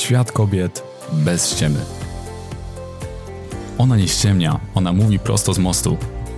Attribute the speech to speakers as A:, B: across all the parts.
A: Świat kobiet bez ściemy. Ona nie ściemnia, ona mówi prosto z mostu.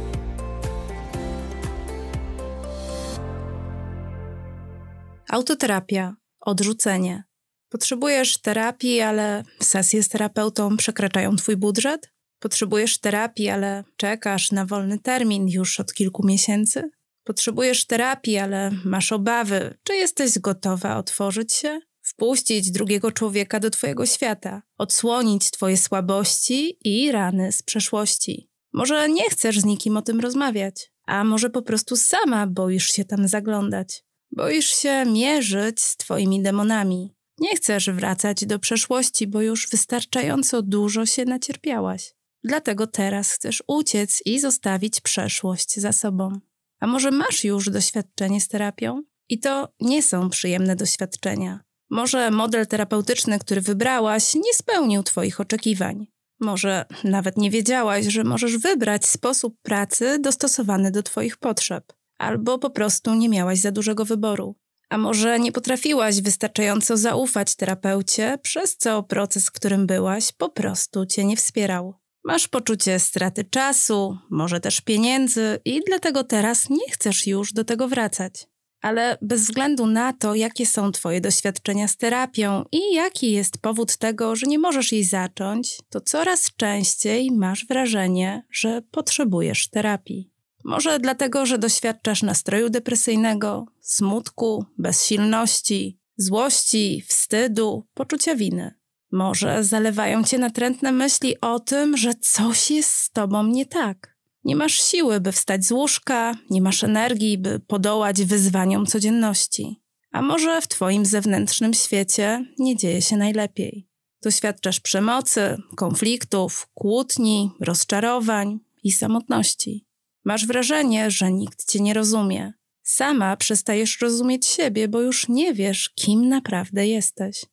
B: Autoterapia, odrzucenie. Potrzebujesz terapii, ale sesje z terapeutą przekraczają twój budżet? Potrzebujesz terapii, ale czekasz na wolny termin już od kilku miesięcy? Potrzebujesz terapii, ale masz obawy, czy jesteś gotowa otworzyć się? Wpuścić drugiego człowieka do twojego świata, odsłonić twoje słabości i rany z przeszłości. Może nie chcesz z nikim o tym rozmawiać, a może po prostu sama boisz się tam zaglądać. Boisz się mierzyć z twoimi demonami. Nie chcesz wracać do przeszłości, bo już wystarczająco dużo się nacierpiałaś. Dlatego teraz chcesz uciec i zostawić przeszłość za sobą. A może masz już doświadczenie z terapią? I to nie są przyjemne doświadczenia. Może model terapeutyczny, który wybrałaś, nie spełnił twoich oczekiwań. Może nawet nie wiedziałaś, że możesz wybrać sposób pracy dostosowany do twoich potrzeb. Albo po prostu nie miałaś za dużego wyboru. A może nie potrafiłaś wystarczająco zaufać terapeucie, przez co proces, w którym byłaś, po prostu cię nie wspierał. Masz poczucie straty czasu, może też pieniędzy i dlatego teraz nie chcesz już do tego wracać. Ale bez względu na to, jakie są twoje doświadczenia z terapią i jaki jest powód tego, że nie możesz jej zacząć, to coraz częściej masz wrażenie, że potrzebujesz terapii. Może dlatego, że doświadczasz nastroju depresyjnego, smutku, bezsilności, złości, wstydu, poczucia winy. Może zalewają cię natrętne myśli o tym, że coś jest z tobą nie tak. Nie masz siły, by wstać z łóżka, nie masz energii, by podołać wyzwaniom codzienności. A może w twoim zewnętrznym świecie nie dzieje się najlepiej. Doświadczasz przemocy, konfliktów, kłótni, rozczarowań i samotności. Masz wrażenie, że nikt cię nie rozumie. Sama przestajesz rozumieć siebie, bo już nie wiesz, kim naprawdę jesteś.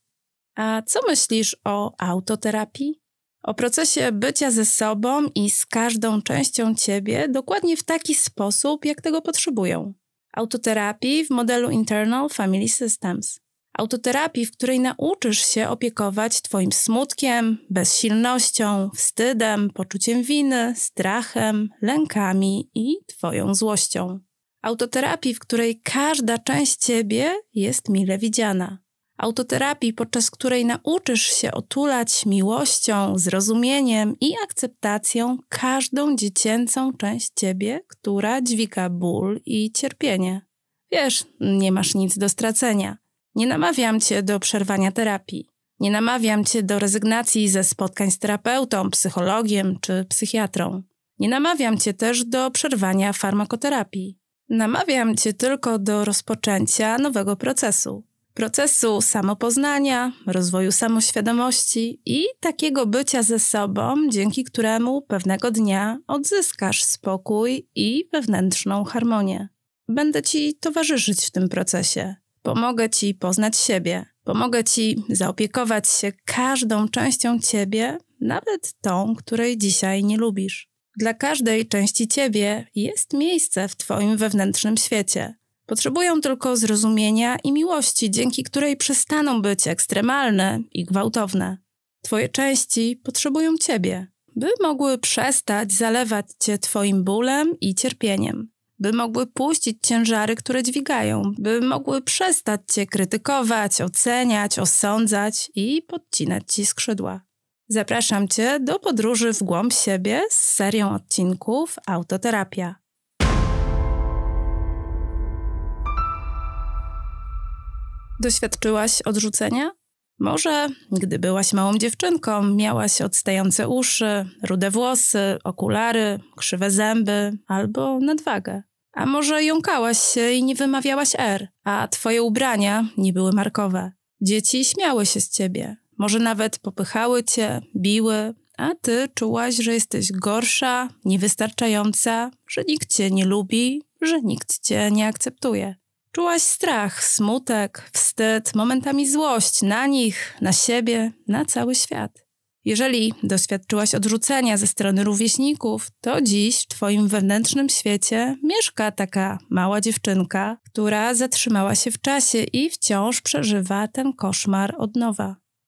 B: A co myślisz o autoterapii? O procesie bycia ze sobą i z każdą częścią ciebie dokładnie w taki sposób, jak tego potrzebują. Autoterapii w modelu Internal Family Systems. Autoterapii, w której nauczysz się opiekować twoim smutkiem, bezsilnością, wstydem, poczuciem winy, strachem, lękami i twoją złością. Autoterapii, w której każda część ciebie jest mile widziana. Autoterapii, podczas której nauczysz się otulać miłością, zrozumieniem i akceptacją każdą dziecięcą część ciebie, która dźwiga ból i cierpienie. Wiesz, nie masz nic do stracenia. Nie namawiam cię do przerwania terapii. Nie namawiam cię do rezygnacji ze spotkań z terapeutą, psychologiem czy psychiatrą. Nie namawiam cię też do przerwania farmakoterapii. Namawiam cię tylko do rozpoczęcia nowego procesu. Procesu samopoznania, rozwoju samoświadomości i takiego bycia ze sobą, dzięki któremu pewnego dnia odzyskasz spokój i wewnętrzną harmonię. Będę ci towarzyszyć w tym procesie. Pomogę ci poznać siebie. Pomogę ci zaopiekować się każdą częścią ciebie, nawet tą, której dzisiaj nie lubisz. Dla każdej części ciebie jest miejsce w twoim wewnętrznym świecie. Potrzebują tylko zrozumienia i miłości, dzięki której przestaną być ekstremalne i gwałtowne. Twoje części potrzebują ciebie, by mogły przestać zalewać cię twoim bólem i cierpieniem, by mogły puścić ciężary, które dźwigają, by mogły przestać cię krytykować, oceniać, osądzać i podcinać ci skrzydła. Zapraszam cię do podróży w głąb siebie z serią odcinków Autoterapia. Doświadczyłaś odrzucenia? Może, gdy byłaś małą dziewczynką, miałaś odstające uszy, rude włosy, okulary, krzywe zęby albo nadwagę. A może jąkałaś się i nie wymawiałaś R, a twoje ubrania nie były markowe. Dzieci śmiały się z ciebie, może nawet popychały cię, biły, a ty czułaś, że jesteś gorsza, niewystarczająca, że nikt cię nie lubi, że nikt cię nie akceptuje. Czułaś strach, smutek, wstyd, momentami złość na nich, na siebie, na cały świat. Jeżeli doświadczyłaś odrzucenia ze strony rówieśników, to dziś w twoim wewnętrznym świecie mieszka taka mała dziewczynka, która zatrzymała się w czasie i wciąż przeżywa ten koszmar od nowa.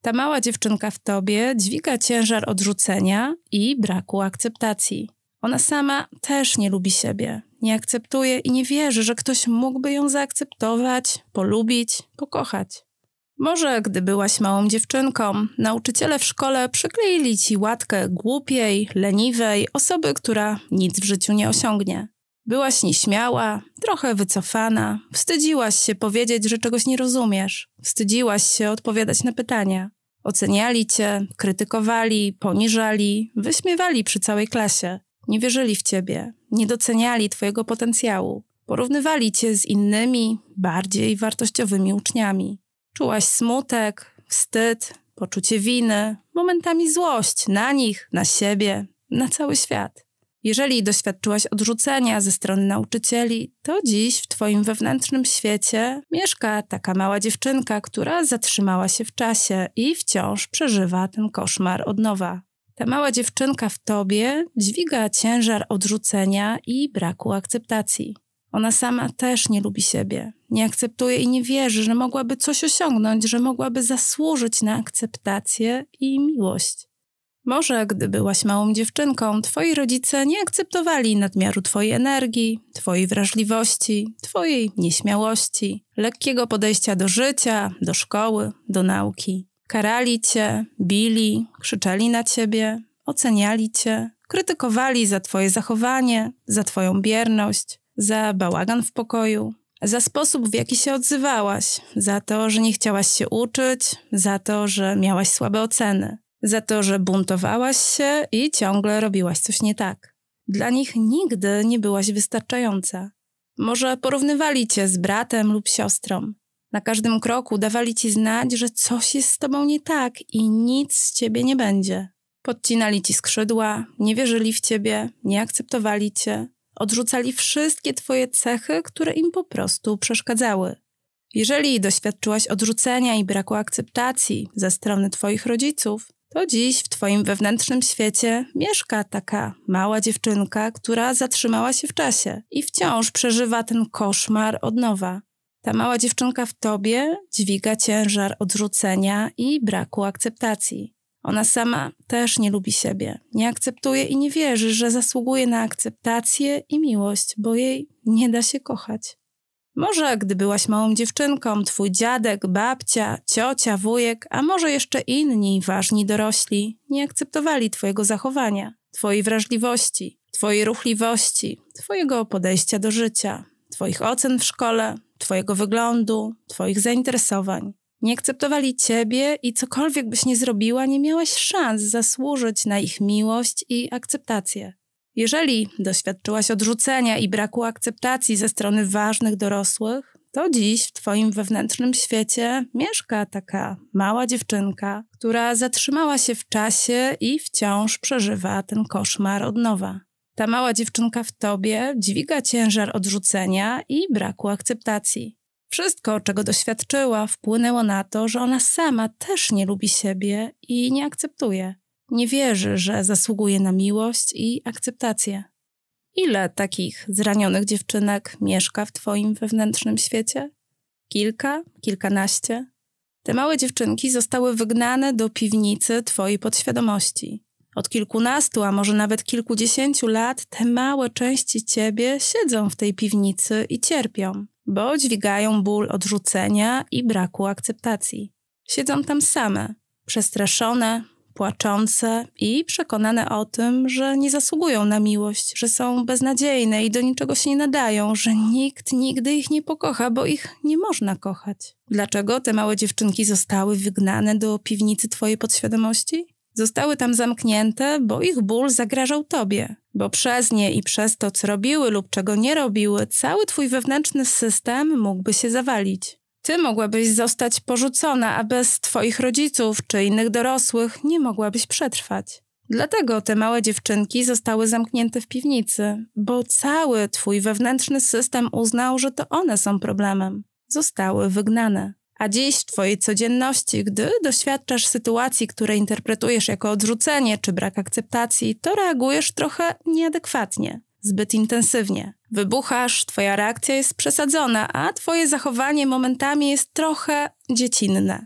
B: Ta mała dziewczynka w tobie dźwiga ciężar odrzucenia i braku akceptacji. Ona sama też nie lubi siebie, nie akceptuje i nie wierzy, że ktoś mógłby ją zaakceptować, polubić, pokochać. Może gdy byłaś małą dziewczynką, nauczyciele w szkole przykleili ci łatkę głupiej, leniwej osoby, która nic w życiu nie osiągnie. Byłaś nieśmiała, trochę wycofana, wstydziłaś się powiedzieć, że czegoś nie rozumiesz, wstydziłaś się odpowiadać na pytania. Oceniali cię, krytykowali, poniżali, wyśmiewali przy całej klasie. Nie wierzyli w ciebie, nie doceniali twojego potencjału. Porównywali cię z innymi, bardziej wartościowymi uczniami. Czułaś smutek, wstyd, poczucie winy, momentami złość na nich, na siebie, na cały świat. Jeżeli doświadczyłaś odrzucenia ze strony nauczycieli, to dziś w twoim wewnętrznym świecie mieszka taka mała dziewczynka, która zatrzymała się w czasie i wciąż przeżywa ten koszmar od nowa. Ta mała dziewczynka w tobie dźwiga ciężar odrzucenia i braku akceptacji. Ona sama też nie lubi siebie, nie akceptuje i nie wierzy, że mogłaby coś osiągnąć, że mogłaby zasłużyć na akceptację i miłość. Może gdy byłaś małą dziewczynką, twoi rodzice nie akceptowali nadmiaru twojej energii, twojej wrażliwości, twojej nieśmiałości, lekkiego podejścia do życia, do szkoły, do nauki. Karali cię, bili, krzyczeli na ciebie, oceniali cię, krytykowali za twoje zachowanie, za twoją bierność, za bałagan w pokoju, za sposób, w jaki się odzywałaś, za to, że nie chciałaś się uczyć, za to, że miałaś słabe oceny, za to, że buntowałaś się i ciągle robiłaś coś nie tak. Dla nich nigdy nie byłaś wystarczająca. Może porównywali cię z bratem lub siostrą. Na każdym kroku dawali ci znać, że coś jest z tobą nie tak i nic z ciebie nie będzie. Podcinali ci skrzydła, nie wierzyli w ciebie, nie akceptowali cię, odrzucali wszystkie twoje cechy, które im po prostu przeszkadzały. Jeżeli doświadczyłaś odrzucenia i braku akceptacji ze strony twoich rodziców, to dziś w twoim wewnętrznym świecie mieszka taka mała dziewczynka, która zatrzymała się w czasie i wciąż przeżywa ten koszmar od nowa. Ta mała dziewczynka w tobie dźwiga ciężar odrzucenia i braku akceptacji. Ona sama też nie lubi siebie, nie akceptuje i nie wierzy, że zasługuje na akceptację i miłość, bo jej nie da się kochać. Może gdy byłaś małą dziewczynką, twój dziadek, babcia, ciocia, wujek, a może jeszcze inni ważni dorośli nie akceptowali twojego zachowania, twojej wrażliwości, twojej ruchliwości, twojego podejścia do życia, twoich ocen w szkole, twojego wyglądu, twoich zainteresowań. Nie akceptowali ciebie i cokolwiek byś nie zrobiła, nie miałaś szans zasłużyć na ich miłość i akceptację. Jeżeli doświadczyłaś odrzucenia i braku akceptacji ze strony ważnych dorosłych, to dziś w twoim wewnętrznym świecie mieszka taka mała dziewczynka, która zatrzymała się w czasie i wciąż przeżywa ten koszmar od nowa. Ta mała dziewczynka w tobie dźwiga ciężar odrzucenia i braku akceptacji. Wszystko, czego doświadczyła, wpłynęło na to, że ona sama też nie lubi siebie i nie akceptuje. Nie wierzy, że zasługuje na miłość i akceptację. Ile takich zranionych dziewczynek mieszka w twoim wewnętrznym świecie? Kilka? Kilkanaście? Te małe dziewczynki zostały wygnane do piwnicy twojej podświadomości. Od kilkunastu, a może nawet kilkudziesięciu lat te małe części ciebie siedzą w tej piwnicy i cierpią, bo dźwigają ból odrzucenia i braku akceptacji. Siedzą tam same, przestraszone, płaczące i przekonane o tym, że nie zasługują na miłość, że są beznadziejne i do niczego się nie nadają, że nikt nigdy ich nie pokocha, bo ich nie można kochać. Dlaczego te małe dziewczynki zostały wygnane do piwnicy twojej podświadomości? Zostały tam zamknięte, bo ich ból zagrażał tobie, bo przez nie i przez to, co robiły lub czego nie robiły, cały twój wewnętrzny system mógłby się zawalić. Ty mogłabyś zostać porzucona, a bez twoich rodziców czy innych dorosłych nie mogłabyś przetrwać. Dlatego te małe dziewczynki zostały zamknięte w piwnicy, bo cały twój wewnętrzny system uznał, że to one są problemem. Zostały wygnane. A dziś w twojej codzienności, gdy doświadczasz sytuacji, które interpretujesz jako odrzucenie czy brak akceptacji, to reagujesz trochę nieadekwatnie, zbyt intensywnie. Wybuchasz, twoja reakcja jest przesadzona, a twoje zachowanie momentami jest trochę dziecinne.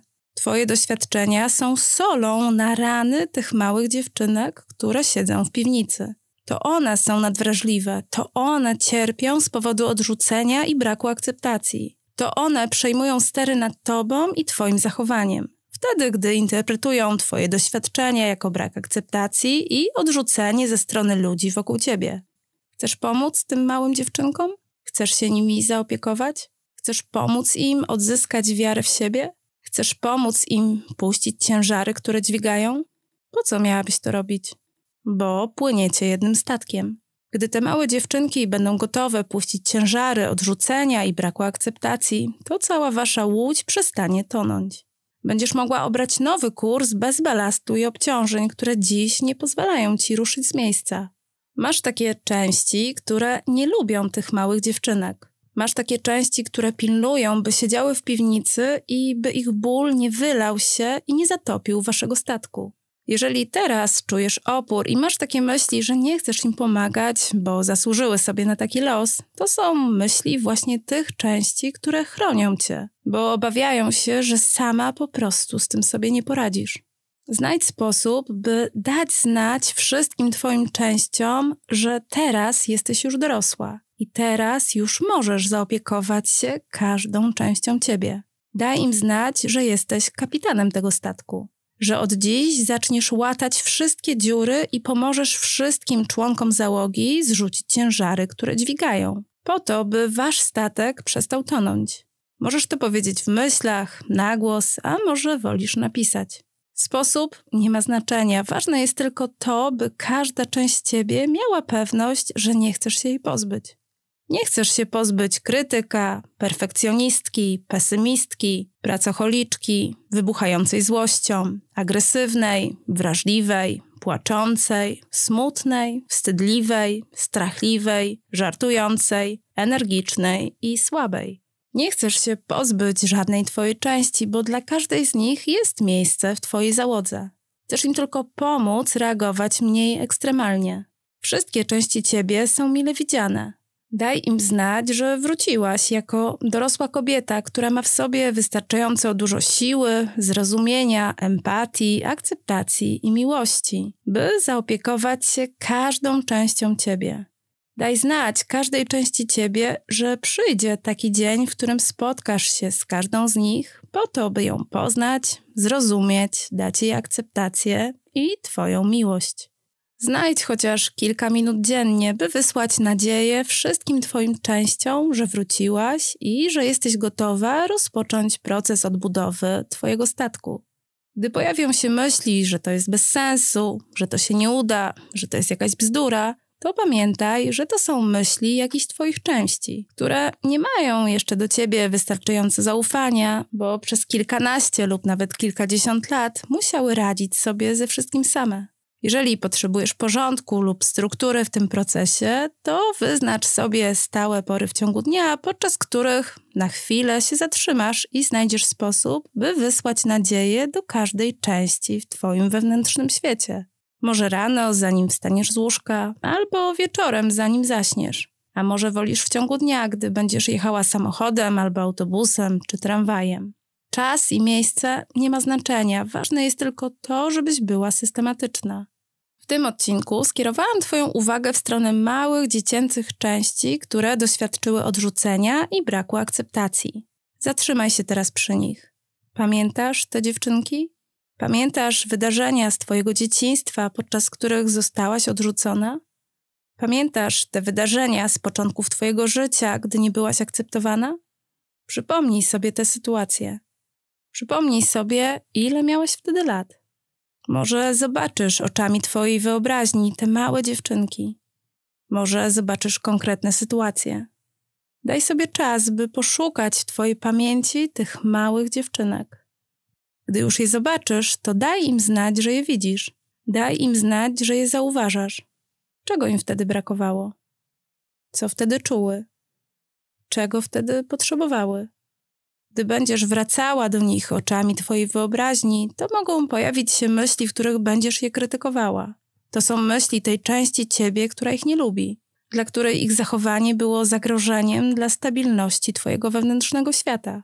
B: Twoje doświadczenia są solą na rany tych małych dziewczynek, które siedzą w piwnicy. To one są nadwrażliwe, to one cierpią z powodu odrzucenia i braku akceptacji. To one przejmują stery nad tobą i twoim zachowaniem. Wtedy, gdy interpretują twoje doświadczenia jako brak akceptacji i odrzucenie ze strony ludzi wokół ciebie. Chcesz pomóc tym małym dziewczynkom? Chcesz się nimi zaopiekować? Chcesz pomóc im odzyskać wiarę w siebie? Chcesz pomóc im puścić ciężary, które dźwigają? Po co miałabyś to robić? Bo płyniecie jednym statkiem. Gdy te małe dziewczynki będą gotowe puścić ciężary odrzucenia i braku akceptacji, to cała wasza łódź przestanie tonąć. Będziesz mogła obrać nowy kurs bez balastu i obciążeń, które dziś nie pozwalają ci ruszyć z miejsca. Masz takie części, które nie lubią tych małych dziewczynek. Masz takie części, które pilnują, by siedziały w piwnicy i by ich ból nie wylał się i nie zatopił waszego statku. Jeżeli teraz czujesz opór i masz takie myśli, że nie chcesz im pomagać, bo zasłużyły sobie na taki los, to są myśli właśnie tych części, które chronią cię, bo obawiają się, że sama po prostu z tym sobie nie poradzisz. Znajdź sposób, by dać znać wszystkim twoim częściom, że teraz jesteś już dorosła i teraz już możesz zaopiekować się każdą częścią ciebie. Daj im znać, że jesteś kapitanem tego statku. Że od dziś zaczniesz łatać wszystkie dziury i pomożesz wszystkim członkom załogi zrzucić ciężary, które dźwigają, po to, by wasz statek przestał tonąć. Możesz to powiedzieć w myślach, na głos, a może wolisz napisać. Sposób nie ma znaczenia, ważne jest tylko to, by każda część ciebie miała pewność, że nie chcesz się jej pozbyć. Nie chcesz się pozbyć krytyka, perfekcjonistki, pesymistki, pracocholiczki, wybuchającej złością, agresywnej, wrażliwej, płaczącej, smutnej, wstydliwej, strachliwej, żartującej, energicznej i słabej. Nie chcesz się pozbyć żadnej twojej części, bo dla każdej z nich jest miejsce w twojej załodze. Chcesz im tylko pomóc reagować mniej ekstremalnie. Wszystkie części ciebie są mile widziane. Daj im znać, że wróciłaś jako dorosła kobieta, która ma w sobie wystarczająco dużo siły, zrozumienia, empatii, akceptacji i miłości, by zaopiekować się każdą częścią ciebie. Daj znać każdej części ciebie, że przyjdzie taki dzień, w którym spotkasz się z każdą z nich po to, by ją poznać, zrozumieć, dać jej akceptację i twoją miłość. Znajdź chociaż kilka minut dziennie, by wysłać nadzieję wszystkim twoim częściom, że wróciłaś i że jesteś gotowa rozpocząć proces odbudowy twojego statku. Gdy pojawią się myśli, że to jest bez sensu, że to się nie uda, że to jest jakaś bzdura, to pamiętaj, że to są myśli jakichś twoich części, które nie mają jeszcze do ciebie wystarczająco zaufania, bo przez kilkanaście lub nawet kilkadziesiąt lat musiały radzić sobie ze wszystkim same. Jeżeli potrzebujesz porządku lub struktury w tym procesie, to wyznacz sobie stałe pory w ciągu dnia, podczas których na chwilę się zatrzymasz i znajdziesz sposób, by wysłać nadzieję do każdej części w twoim wewnętrznym świecie. Może rano, zanim wstaniesz z łóżka, albo wieczorem, zanim zaśniesz. A może wolisz w ciągu dnia, gdy będziesz jechała samochodem albo autobusem czy tramwajem. Czas i miejsce nie ma znaczenia, ważne jest tylko to, żebyś była systematyczna. W tym odcinku skierowałam twoją uwagę w stronę małych, dziecięcych części, które doświadczyły odrzucenia i braku akceptacji. Zatrzymaj się teraz przy nich. Pamiętasz te dziewczynki? Pamiętasz wydarzenia z twojego dzieciństwa, podczas których zostałaś odrzucona? Pamiętasz te wydarzenia z początków twojego życia, gdy nie byłaś akceptowana? Przypomnij sobie tę sytuację. Przypomnij sobie, ile miałaś wtedy lat. Może zobaczysz oczami twojej wyobraźni te małe dziewczynki. Może zobaczysz konkretne sytuacje. Daj sobie czas, by poszukać w twojej pamięci tych małych dziewczynek. Gdy już je zobaczysz, to daj im znać, że je widzisz. Daj im znać, że je zauważasz. Czego im wtedy brakowało? Co wtedy czuły? Czego wtedy potrzebowały? Gdy będziesz wracała do nich oczami twojej wyobraźni, to mogą pojawić się myśli, w których będziesz je krytykowała. To są myśli tej części ciebie, która ich nie lubi, dla której ich zachowanie było zagrożeniem dla stabilności twojego wewnętrznego świata.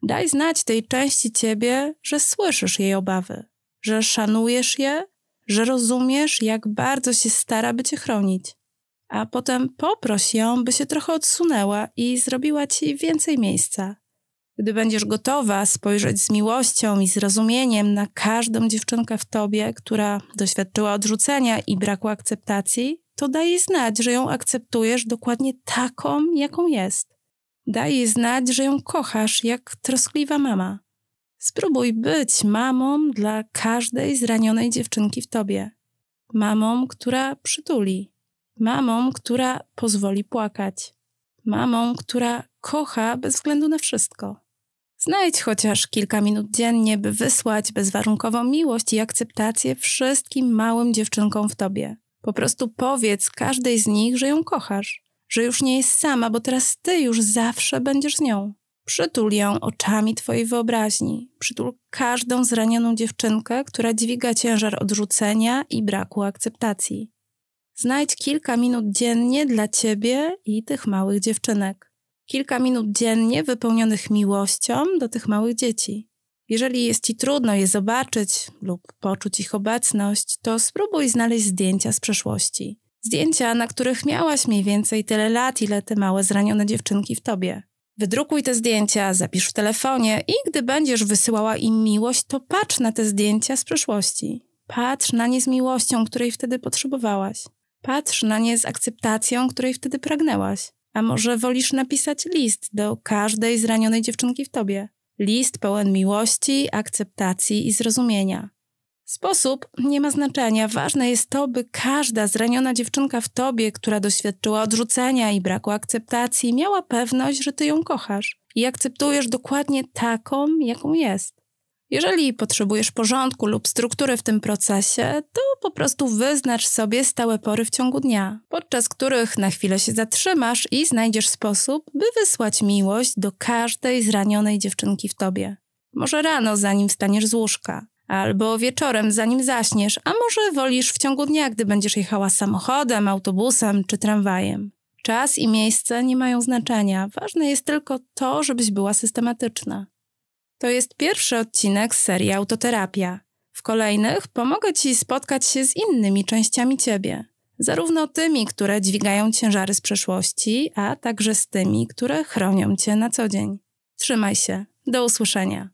B: Daj znać tej części ciebie, że słyszysz jej obawy, że szanujesz je, że rozumiesz, jak bardzo się stara, by cię chronić. A potem poproś ją, by się trochę odsunęła i zrobiła ci więcej miejsca. Gdy będziesz gotowa spojrzeć z miłością i zrozumieniem na każdą dziewczynkę w tobie, która doświadczyła odrzucenia i braku akceptacji, to daj jej znać, że ją akceptujesz dokładnie taką, jaką jest. Daj jej znać, że ją kochasz jak troskliwa mama. Spróbuj być mamą dla każdej zranionej dziewczynki w tobie. Mamą, która przytuli. Mamą, która pozwoli płakać. Mamą, która kocha bez względu na wszystko. Znajdź chociaż kilka minut dziennie, by wysłać bezwarunkową miłość i akceptację wszystkim małym dziewczynkom w tobie. Po prostu powiedz każdej z nich, że ją kochasz, że już nie jest sama, bo teraz ty już zawsze będziesz z nią. Przytul ją oczami twojej wyobraźni. Przytul każdą zranioną dziewczynkę, która dźwiga ciężar odrzucenia i braku akceptacji. Znajdź kilka minut dziennie dla ciebie i tych małych dziewczynek. Kilka minut dziennie wypełnionych miłością do tych małych dzieci. Jeżeli jest ci trudno je zobaczyć lub poczuć ich obecność, to spróbuj znaleźć zdjęcia z przeszłości. Zdjęcia, na których miałaś mniej więcej tyle lat, ile te małe zranione dziewczynki w tobie. Wydrukuj te zdjęcia, zapisz w telefonie i gdy będziesz wysyłała im miłość, to patrz na te zdjęcia z przeszłości. Patrz na nie z miłością, której wtedy potrzebowałaś. Patrz na nie z akceptacją, której wtedy pragnęłaś. A może wolisz napisać list do każdej zranionej dziewczynki w tobie? List pełen miłości, akceptacji i zrozumienia. Sposób nie ma znaczenia. Ważne jest to, by każda zraniona dziewczynka w tobie, która doświadczyła odrzucenia i braku akceptacji, miała pewność, że ty ją kochasz i akceptujesz dokładnie taką, jaką jest. Jeżeli potrzebujesz porządku lub struktury w tym procesie, to po prostu wyznacz sobie stałe pory w ciągu dnia, podczas których na chwilę się zatrzymasz i znajdziesz sposób, by wysłać miłość do każdej zranionej dziewczynki w tobie. Może rano, zanim wstaniesz z łóżka, albo wieczorem, zanim zaśniesz, a może wolisz w ciągu dnia, gdy będziesz jechała samochodem, autobusem czy tramwajem. Czas i miejsce nie mają znaczenia. Ważne jest tylko to, żebyś była systematyczna. To jest pierwszy odcinek z serii Autoterapia. W kolejnych pomogę ci spotkać się z innymi częściami ciebie. Zarówno tymi, które dźwigają ciężary z przeszłości, a także z tymi, które chronią cię na co dzień. Trzymaj się. Do usłyszenia.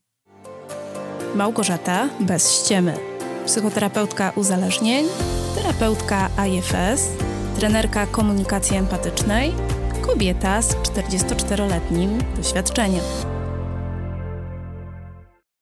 B: Małgorzata bez ściemy. Psychoterapeutka uzależnień, terapeutka IFS, trenerka komunikacji empatycznej, kobieta z 44-letnim doświadczeniem.